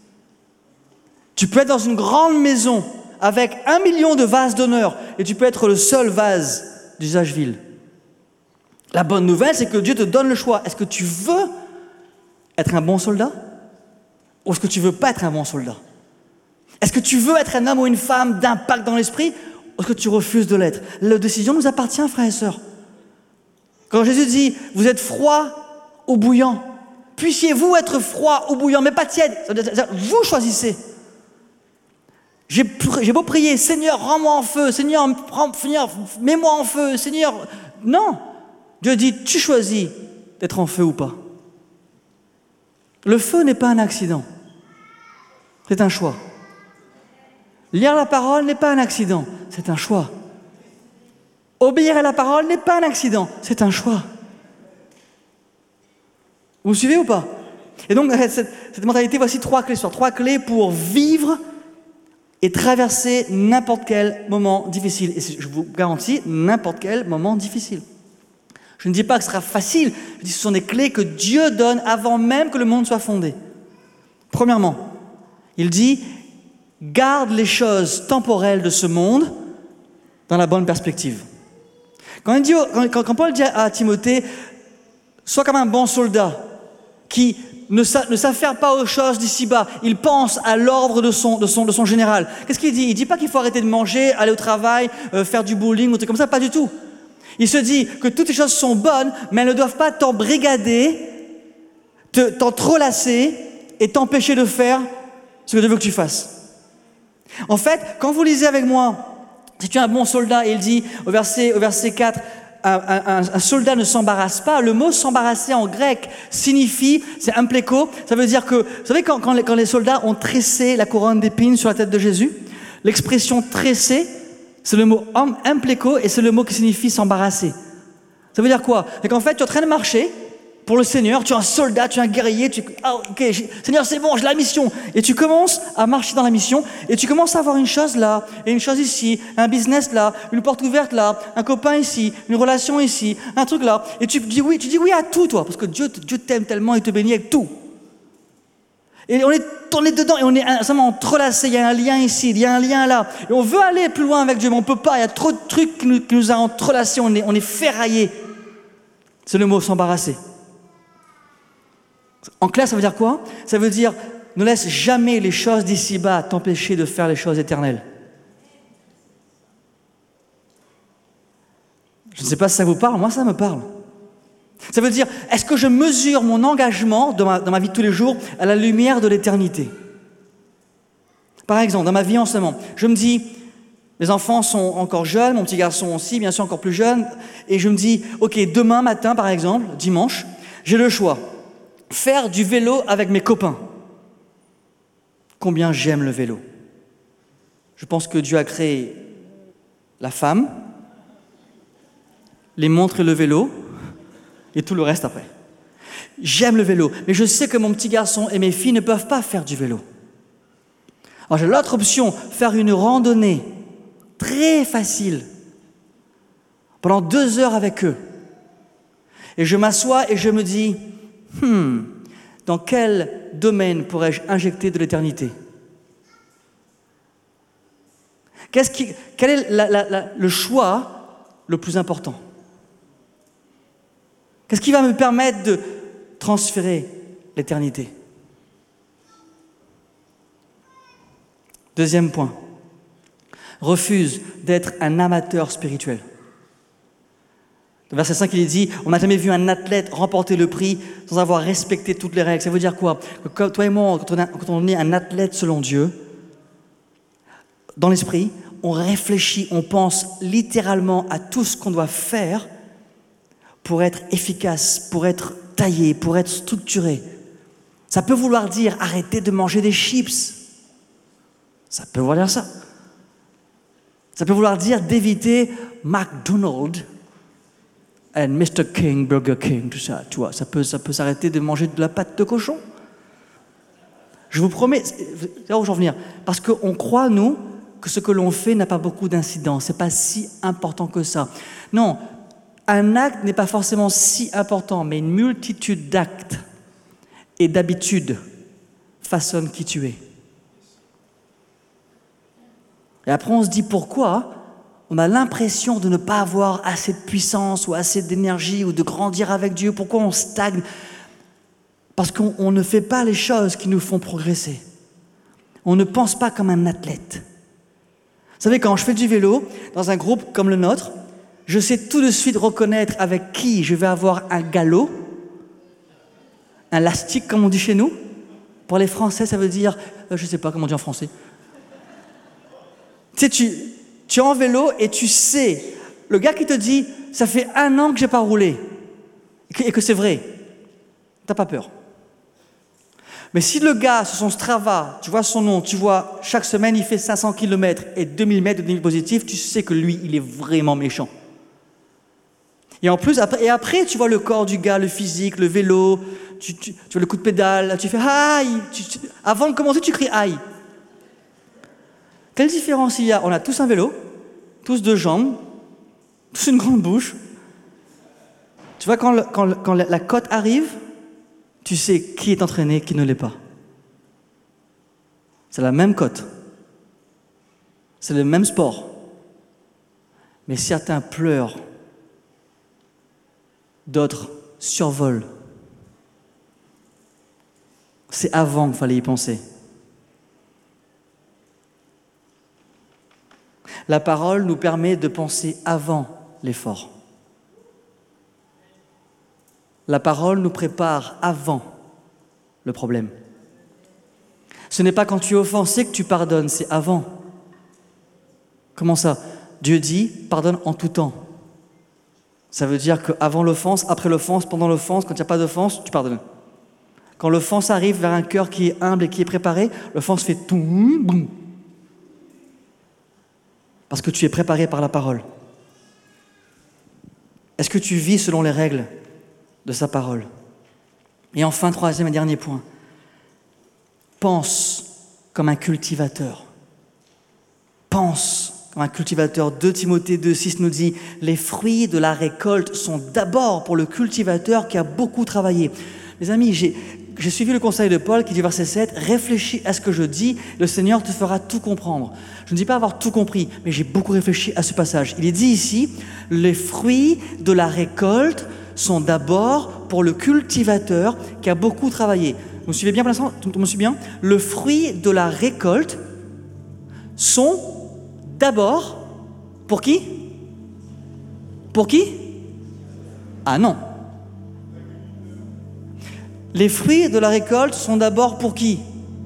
Tu peux être dans une grande maison avec 1 million de vases d'honneur, et tu peux être le seul vase d'usage vil. La bonne nouvelle, c'est que Dieu te donne le choix. Est-ce que tu veux être un bon soldat? Ou est-ce que tu ne veux pas être un bon soldat? Est-ce que tu veux être un homme ou une femme d'impact dans l'esprit? Ou est-ce que tu refuses de l'être? La décision nous appartient, frères et sœurs. Quand Jésus dit, vous êtes froid ou bouillant, puissiez-vous être froid ou bouillant, mais pas tiède. Vous choisissez. J'ai beau prier, Seigneur, rends-moi en feu, Seigneur, mets-moi en feu, Seigneur. Non, Dieu dit, tu choisis d'être en feu ou pas. Le feu n'est pas un accident. C'est un choix. Lire la parole n'est pas un accident. C'est un choix. Obéir à la parole n'est pas un accident. C'est un choix. Vous me suivez ou pas? Et donc, cette mentalité, voici 3 clés. 3 clés pour vivre et traverser n'importe quel moment difficile. Et je vous garantis, n'importe quel moment difficile. Je ne dis pas que ce sera facile. Je dis que ce sont des clés que Dieu donne avant même que le monde soit fondé. Premièrement, il dit, garde les choses temporelles de ce monde dans la bonne perspective. Quand Paul dit à Timothée, sois comme un bon soldat qui ne s'affaire pas aux choses d'ici-bas, il pense à l'ordre de son général. Qu'est-ce qu'il dit? Il ne dit pas qu'il faut arrêter de manger, aller au travail, faire du bowling ou des trucs comme ça, pas du tout. Il se dit que toutes les choses sont bonnes, mais elles ne doivent pas t'embrigader, t'entrelacer et t'empêcher de faire ce que Dieu veut que tu fasses. En fait, quand vous lisez avec moi, si tu es un bon soldat, il dit au verset 4, un soldat ne s'embarrasse pas. Le mot s'embarrasser en grec signifie, c'est impleko, ça veut dire que, vous savez quand les soldats ont tressé la couronne d'épines sur la tête de Jésus, l'expression tresser, c'est le mot impleko et c'est le mot qui signifie s'embarrasser. Ça veut dire quoi? C'est qu'en fait, tu es en train de marcher pour le Seigneur, tu es un soldat, tu es un guerrier, ok, Seigneur, c'est bon, j'ai la mission. Et tu commences à marcher dans la mission et tu commences à avoir une chose là, et une chose ici, un business là, une porte ouverte là, un copain ici, une relation ici, un truc là. Et tu dis oui à tout, toi, parce que Dieu t'aime tellement et te bénit avec tout. Et on est dedans et on est ensemble entrelacés, il y a un lien ici, il y a un lien là. Et on veut aller plus loin avec Dieu, mais on ne peut pas, il y a trop de trucs qui nous a entrelacés, on est ferraillés. C'est le mot s'embarrasser. En clair, ça veut dire quoi? Ça veut dire, ne laisse jamais les choses d'ici-bas t'empêcher de faire les choses éternelles. Je ne sais pas si ça vous parle, moi ça me parle. Ça veut dire, est-ce que je mesure mon engagement dans ma vie de tous les jours à la lumière de l'éternité? Par exemple, dans ma vie en ce moment, je me dis, les enfants sont encore jeunes, mon petit garçon aussi, bien sûr encore plus jeune, et je me dis, ok, demain matin par exemple, dimanche, j'ai le choix. Faire du vélo avec mes copains. Combien j'aime le vélo. Je pense que Dieu a créé la femme, les montres et le vélo, et tout le reste après. J'aime le vélo, mais je sais que mon petit garçon et mes filles ne peuvent pas faire du vélo. Alors j'ai l'autre option, faire une randonnée très facile, pendant 2 heures avec eux. Et je m'assois et je me dis, dans quel domaine pourrais-je injecter de l'éternité? Quel est le choix le plus important? Qu'est-ce qui va me permettre de transférer l'éternité? Deuxième point, refuse d'être un amateur spirituel. Verset 5, il est dit, on n'a jamais vu un athlète remporter le prix sans avoir respecté toutes les règles. Ça veut dire quoi? Que toi et moi, quand on est un athlète selon Dieu, dans l'esprit, on réfléchit, on pense littéralement à tout ce qu'on doit faire pour être efficace, pour être taillé, pour être structuré. Ça peut vouloir dire arrêter de manger des chips. Ça peut vouloir dire ça. Ça peut vouloir dire d'éviter McDonald's and Mr. King, Burger King, tout ça, tu vois. Ça peut s'arrêter de manger de la pâte de cochon. Je vous promets, c'est là où j'en venir. Parce qu'on croit, nous, que ce que l'on fait n'a pas beaucoup d'incidence. C'est pas si important que ça. Non, un acte n'est pas forcément si important, mais une multitude d'actes et d'habitudes façonnent qui tu es. Et après, on se dit pourquoi on a l'impression de ne pas avoir assez de puissance ou assez d'énergie ou de grandir avec Dieu. Pourquoi on stagne? Parce qu'on ne fait pas les choses qui nous font progresser. On ne pense pas comme un athlète. Vous savez, quand je fais du vélo, dans un groupe comme le nôtre, je sais tout de suite reconnaître avec qui je vais avoir un galop, un lastique, comme on dit chez nous. Pour les Français, ça veut dire... je ne sais pas comment on dit en français. Tu sais, tu es en vélo et tu sais, le gars qui te dit « ça fait 1 an que je n'ai pas roulé », et que c'est vrai, t'as pas peur. Mais si le gars, sur son Strava, tu vois son nom, tu vois, chaque semaine, il fait 500 km et 2000 mètres de dénivelé positif, tu sais que lui, il est vraiment méchant. Et en plus, après, tu vois le corps du gars, le physique, le vélo, tu vois le coup de pédale, tu fais « aïe ». Avant de commencer, tu cries « aïe ». Quelle différence il y a? On a tous un vélo, tous deux jambes, tous une grande bouche. Tu vois, quand la côte arrive, tu sais qui est entraîné, qui ne l'est pas. C'est la même côte. C'est le même sport. Mais certains pleurent, d'autres survolent. C'est avant qu'il fallait y penser. La parole nous permet de penser avant l'effort. La parole nous prépare avant le problème. Ce n'est pas quand tu es offensé que tu pardonnes, c'est avant. Comment ça? Dieu dit, pardonne en tout temps. Ça veut dire qu'avant l'offense, après l'offense, pendant l'offense, quand il n'y a pas d'offense, tu pardonnes. Quand l'offense arrive vers un cœur qui est humble et qui est préparé, l'offense fait tout, boum. Parce que tu es préparé par la parole. Est-ce que tu vis selon les règles de sa parole? Et enfin, troisième et dernier point. Pense comme un cultivateur. Pense comme un cultivateur. 2 Timothée 2,6 nous dit « Les fruits de la récolte sont d'abord pour le cultivateur qui a beaucoup travaillé. » Les amis, j'ai suivi le conseil de Paul qui dit verset 7 « Réfléchis à ce que je dis, le Seigneur te fera tout comprendre. » Je ne dis pas avoir tout compris, mais j'ai beaucoup réfléchi à ce passage. Il est dit ici « Les fruits de la récolte sont d'abord pour le cultivateur qui a beaucoup travaillé. » Vous me suivez bien pour l'instant? Tu me suis bien? Le fruit de la récolte sont d'abord pour qui? Pour qui? Ah non. Les fruits de la récolte sont d'abord pour qui?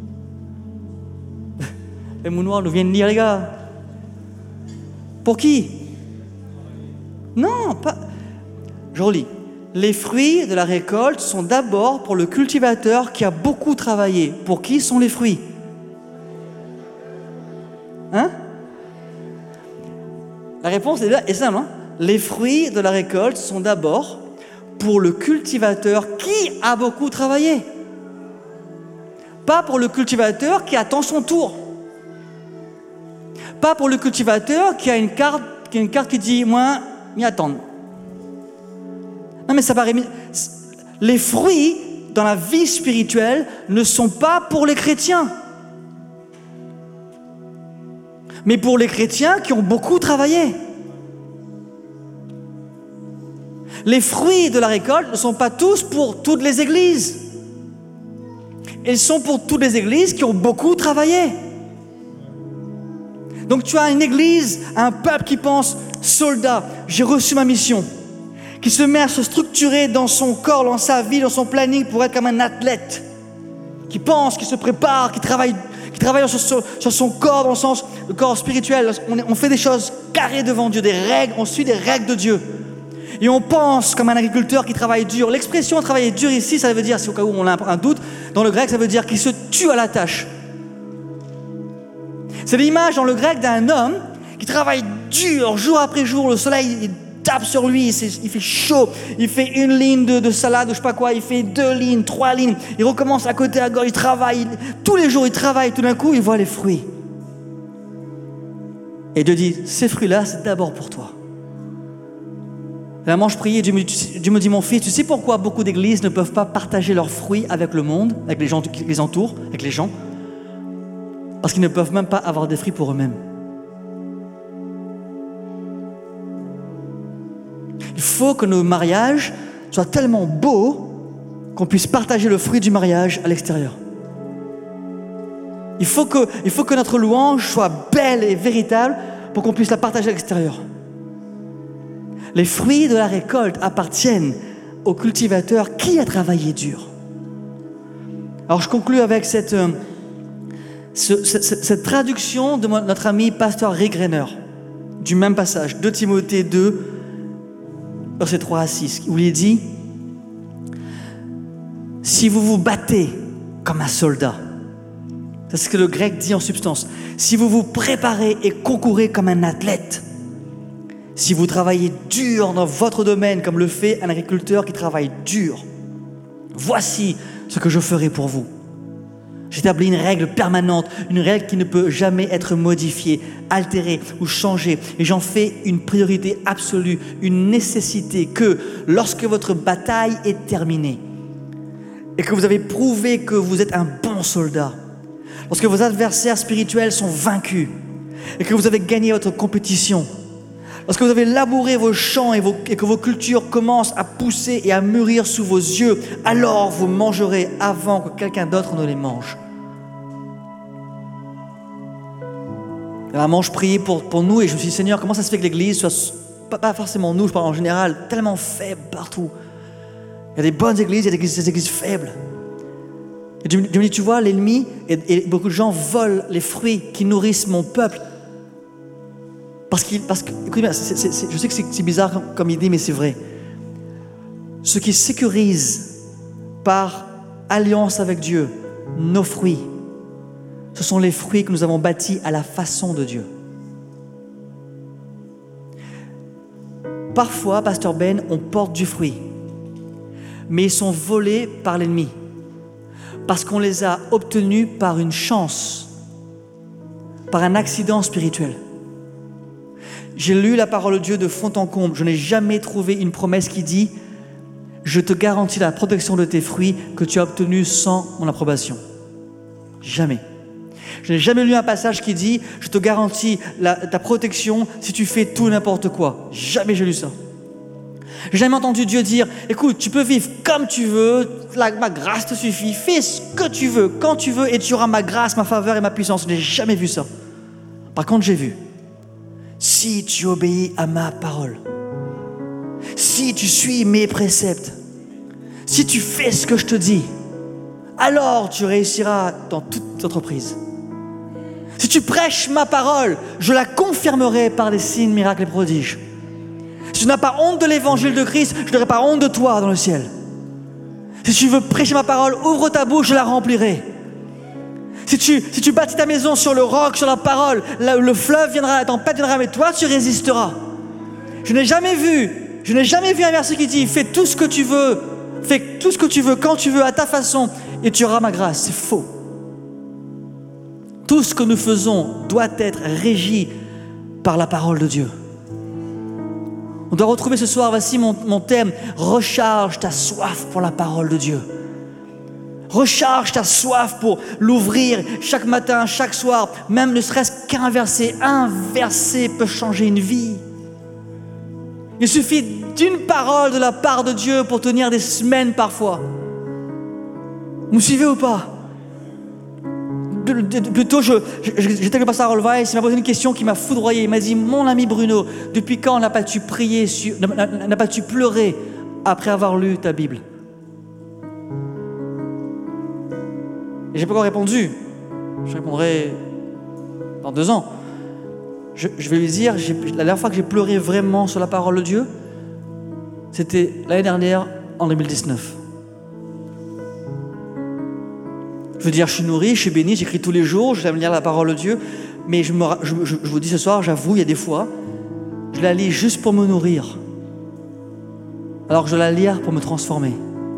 Les mounoirs nous viennent dire, les gars. Pour qui? Non, pas. Je relis. Les fruits de la récolte sont d'abord pour le cultivateur qui a beaucoup travaillé. Pour qui sont les fruits? Hein? La réponse est simple. Hein? Les fruits de la récolte sont d'abord pour le cultivateur qui a beaucoup travaillé. Pas pour le cultivateur qui attend son tour. Pas pour le cultivateur qui a une carte qui dit « moi, m'y attendre ». Non mais ça paraît... Les fruits dans la vie spirituelle ne sont pas pour les chrétiens. Mais pour les chrétiens qui ont beaucoup travaillé. Les fruits de la récolte ne sont pas tous pour toutes les églises. Ils sont pour toutes les églises qui ont beaucoup travaillé. Donc tu as une église, un peuple qui pense « soldat, j'ai reçu ma mission », qui se met à se structurer dans son corps, dans sa vie, dans son planning pour être comme un athlète, qui pense, qui se prépare, qui travaille sur son corps, dans le sens, le corps spirituel. On fait des choses carrées devant Dieu, des règles, on suit des règles de Dieu. Et on pense comme un agriculteur qui travaille dur. L'expression « travailler dur » ici, ça veut dire, si au cas où on a un doute, dans le grec, ça veut dire qu'il se tue à la tâche. C'est l'image dans le grec d'un homme qui travaille dur, jour après jour, le soleil il tape sur lui, il fait chaud, il fait une ligne de salade ou je sais pas quoi, il fait 2 lignes, 3 lignes, il recommence à côté à gauche, il travaille, tous les jours il travaille, tout d'un coup il voit les fruits. Et Dieu dit, ces fruits-là, c'est d'abord pour toi. Vraiment, je priais, Dieu me dit, mon fils, tu sais pourquoi beaucoup d'églises ne peuvent pas partager leurs fruits avec le monde, avec les gens qui les entourent, avec les gens? Parce qu'ils ne peuvent même pas avoir des fruits pour eux-mêmes. Il faut que nos mariages soient tellement beaux qu'on puisse partager le fruit du mariage à l'extérieur. Il faut que notre louange soit belle et véritable pour qu'on puisse la partager à l'extérieur. Les fruits de la récolte appartiennent au cultivateur qui a travaillé dur. Alors je conclue avec cette traduction de notre ami pasteur Rick Renner du même passage, 2 Timothée 2, versets 3 à 6, où il dit si vous vous battez comme un soldat, c'est ce que le grec dit en substance, si vous vous préparez et concourez comme un athlète, si vous travaillez dur dans votre domaine comme le fait un agriculteur qui travaille dur, voici ce que je ferai pour vous. J'établis une règle permanente, une règle qui ne peut jamais être modifiée, altérée ou changée. Et j'en fais une priorité absolue, une nécessité que lorsque votre bataille est terminée et que vous avez prouvé que vous êtes un bon soldat, lorsque vos adversaires spirituels sont vaincus et que vous avez gagné votre compétition, lorsque vous avez labouré vos champs et que vos cultures commencent à pousser et à mûrir sous vos yeux, alors vous mangerez avant que quelqu'un d'autre ne les mange. Maman, je priais pour nous et je me suis dit, Seigneur, comment ça se fait que l'Église soit, pas forcément nous, je parle en général, tellement faible partout. Il y a des bonnes églises, il y a des églises faibles. Et je me dis, tu vois, l'ennemi et beaucoup de gens volent les fruits qui nourrissent mon peuple. Parce que écoutez bien, je sais que c'est bizarre comme idée, mais c'est vrai. Ce qui sécurise par alliance avec Dieu nos fruits, ce sont les fruits que nous avons bâtis à la façon de Dieu. Parfois, Pasteur Ben, on porte du fruit, mais ils sont volés par l'ennemi, parce qu'on les a obtenus par une chance, par un accident spirituel. J'ai lu la parole de Dieu de fond en comble. Je n'ai jamais trouvé une promesse qui dit « Je te garantis la protection de tes fruits que tu as obtenus sans mon approbation. » Jamais. Je n'ai jamais lu un passage qui dit « Je te garantis ta protection si tu fais tout n'importe quoi. » Jamais j'ai lu ça. J'ai jamais entendu Dieu dire « Écoute, tu peux vivre comme tu veux, ma grâce te suffit, fais ce que tu veux, quand tu veux, et tu auras ma grâce, ma faveur et ma puissance. » Je n'ai jamais vu ça. Par contre, j'ai vu « Si tu obéis à ma parole, si tu suis mes préceptes, si tu fais ce que je te dis, alors tu réussiras dans toute entreprise. Si tu prêches ma parole, je la confirmerai par des signes, miracles et prodiges. Si tu n'as pas honte de l'évangile de Christ, je n'aurai pas honte de toi dans le ciel. Si tu veux prêcher ma parole, ouvre ta bouche, je la remplirai. Si tu bâtis ta maison sur le roc, sur la parole, le fleuve viendra, la tempête viendra, mais toi tu résisteras. Je n'ai jamais vu un verset qui dit « Fais tout ce que tu veux, fais tout ce que tu veux, quand tu veux, à ta façon, et tu auras ma grâce. » C'est faux. Tout ce que nous faisons doit être régi par la parole de Dieu. On doit retrouver ce soir, voici mon thème, recharge ta soif pour la parole de Dieu. Recharge ta soif pour l'ouvrir chaque matin, chaque soir, même ne serait-ce qu'un verset. Un verset peut changer une vie. Il suffit d'une parole de la part de Dieu pour tenir des semaines parfois. Vous me suivez ou pas? Plutôt, j'étais avec le pasteur Rolvais, il m'a posé une question qui m'a foudroyé. Il m'a dit, mon ami Bruno, depuis quand n'as pas-tu prié, n'as pas-tu pleuré après avoir lu ta Bible? Et j'ai pas encore répondu. Je répondrai dans 2 ans. Je vais lui dire, la dernière fois que j'ai pleuré vraiment sur la parole de Dieu, c'était l'année dernière, en 2019. Je veux dire, je suis nourri, je suis béni, j'écris tous les jours, je vais lire la parole de Dieu, mais je vous dis ce soir, j'avoue, il y a des fois, je la lis juste pour me nourrir, alors que je dois la lire pour me transformer.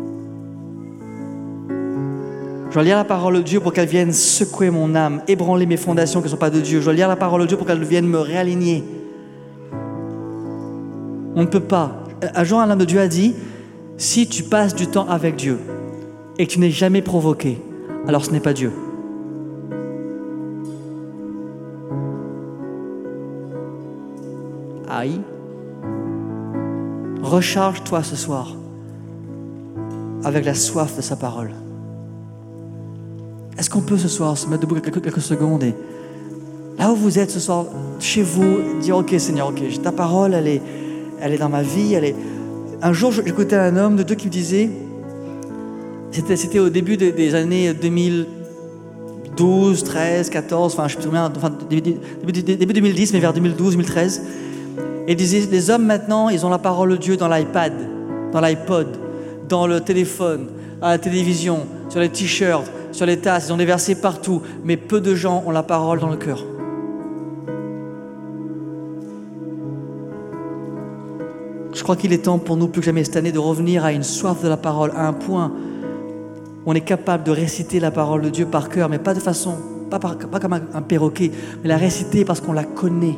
Je dois lire la parole de Dieu pour qu'elle vienne secouer mon âme, ébranler mes fondations qui ne sont pas de Dieu. Je dois lire la parole de Dieu pour qu'elle vienne me réaligner. On ne peut pas. Un jour, un homme de Dieu a dit, si tu passes du temps avec Dieu et que tu n'es jamais provoqué, alors ce n'est pas Dieu. Aïe. Recharge-toi ce soir avec la soif de sa parole. Est-ce qu'on peut ce soir se mettre debout quelques secondes et là où vous êtes ce soir, chez vous, dire ok Seigneur, ok, ta parole, elle est dans ma vie, Un jour, j'écoutais un homme de Dieu qui me disait, c'était au début des années 2012, 13, 14, enfin je ne sais plus combien, enfin début 2010, mais vers 2012, 2013. Et il disait, les hommes maintenant, ils ont la parole de Dieu dans l'iPad, dans l'iPod, dans le téléphone, à la télévision, sur les t-shirts, sur les tasses, ils ont des versets partout, mais peu de gens ont la parole dans le cœur. Je crois qu'il est temps pour nous, plus que jamais cette année, de revenir à une soif de la parole, à un point où on est capable de réciter la parole de Dieu par cœur, mais pas de façon, pas comme un perroquet, mais la réciter parce qu'on la connaît.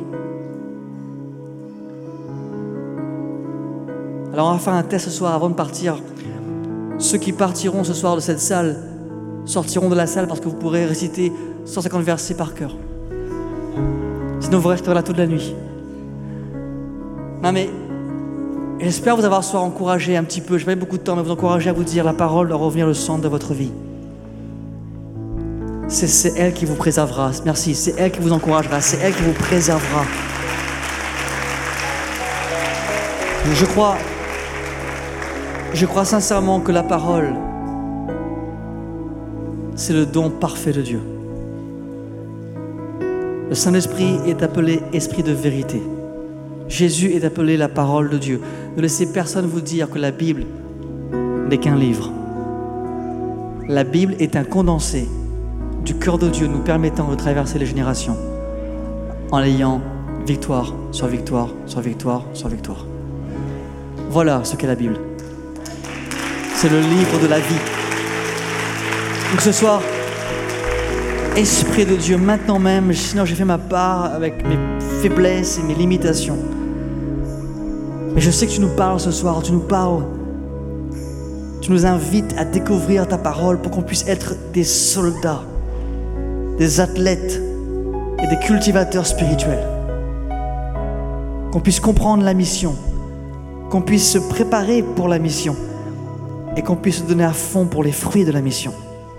Alors on va faire un test ce soir avant de partir. Ceux qui partiront ce soir de cette salle sortiront de la salle parce que vous pourrez réciter 150 versets par cœur. Sinon vous resterez là toute la nuit. Non mais j'espère vous avoir ce soir encouragé un petit peu. Je n'ai pas eu beaucoup de temps, mais vous encourager à vous dire la parole doit revenir au centre de votre vie. C'est elle qui vous préservera. Merci. C'est elle qui vous encouragera. C'est elle qui vous préservera. Je crois sincèrement que la parole, c'est le don parfait de Dieu. Le Saint-Esprit est appelé esprit de vérité. Jésus est appelé la parole de Dieu. Ne laissez personne vous dire que la Bible n'est qu'un livre. La Bible est un condensé du cœur de Dieu nous permettant de traverser les générations en ayant victoire sur victoire sur victoire sur victoire. Voilà ce qu'est la Bible. C'est le livre de la vie. Donc ce soir, Esprit de Dieu, maintenant même, sinon j'ai fait ma part avec mes faiblesses et mes limitations. Mais je sais que tu nous parles ce soir, tu nous parles. Tu nous invites à découvrir ta parole pour qu'on puisse être des soldats, des athlètes et des cultivateurs spirituels. Qu'on puisse comprendre la mission, qu'on puisse se préparer pour la mission et qu'on puisse se donner à fond pour les fruits de la mission.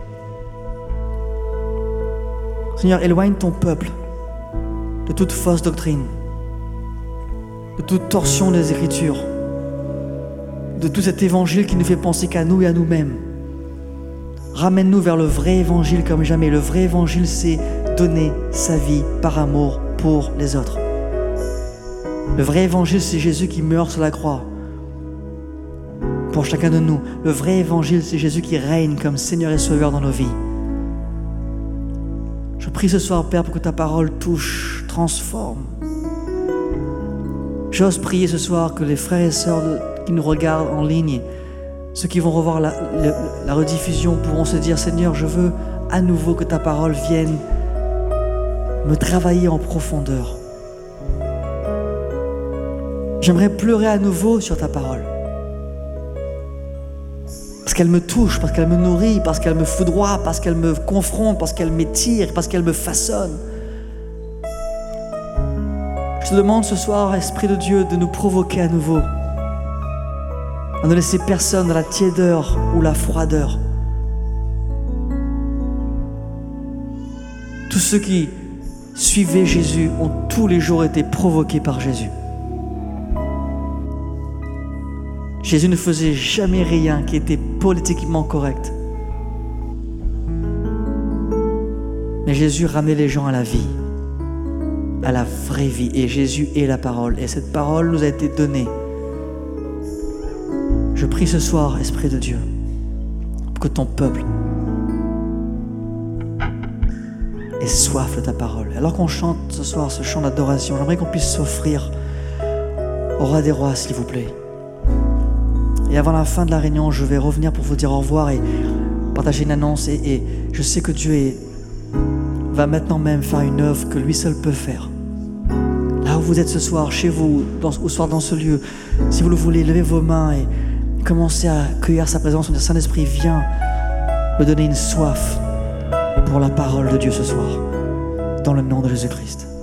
Seigneur, éloigne ton peuple de toute fausse doctrine, de toute torsion des Écritures, de tout cet évangile qui ne fait penser qu'à nous et à nous-mêmes. Ramène-nous vers le vrai évangile comme jamais. Le vrai évangile, c'est donner sa vie par amour pour les autres. Le vrai évangile, c'est Jésus qui meurt sur la croix pour chacun de nous. Le vrai évangile, c'est Jésus qui règne comme Seigneur et Sauveur dans nos vies. Je prie ce soir, Père, pour que ta parole touche, transforme. J'ose prier ce soir que les frères et sœurs qui nous regardent en ligne, ceux qui vont revoir la rediffusion, pourront se dire, Seigneur, je veux à nouveau que ta parole vienne me travailler en profondeur. J'aimerais pleurer à nouveau sur ta parole. Parce qu'elle me touche, parce qu'elle me nourrit, parce qu'elle me foudroie, parce qu'elle me confronte, parce qu'elle m'étire, parce qu'elle me façonne. Je te demande ce soir, Esprit de Dieu, de nous provoquer à nouveau, à ne laisser personne dans la tiédeur ou la froideur. Tous ceux qui suivaient Jésus ont tous les jours été provoqués par Jésus. Jésus ne faisait jamais rien qui était politiquement correct. Mais Jésus ramenait les gens à la vie, à la vraie vie. Et Jésus est la parole. Et cette parole nous a été donnée. Je prie ce soir, Esprit de Dieu, pour que ton peuple ait soif de ta parole. Alors qu'on chante ce soir ce chant d'adoration, j'aimerais qu'on puisse s'offrir au Roi des Rois, s'il vous plaît. Et avant la fin de la réunion, je vais revenir pour vous dire au revoir et partager une annonce. Et je sais que Dieu va maintenant même faire une œuvre que lui seul peut faire. Là où vous êtes ce soir, chez vous, ou soir dans ce lieu, si vous le voulez, levez vos mains et commencez à accueillir sa présence. Le Saint-Esprit vient me donner une soif pour la parole de Dieu ce soir, dans le nom de Jésus-Christ.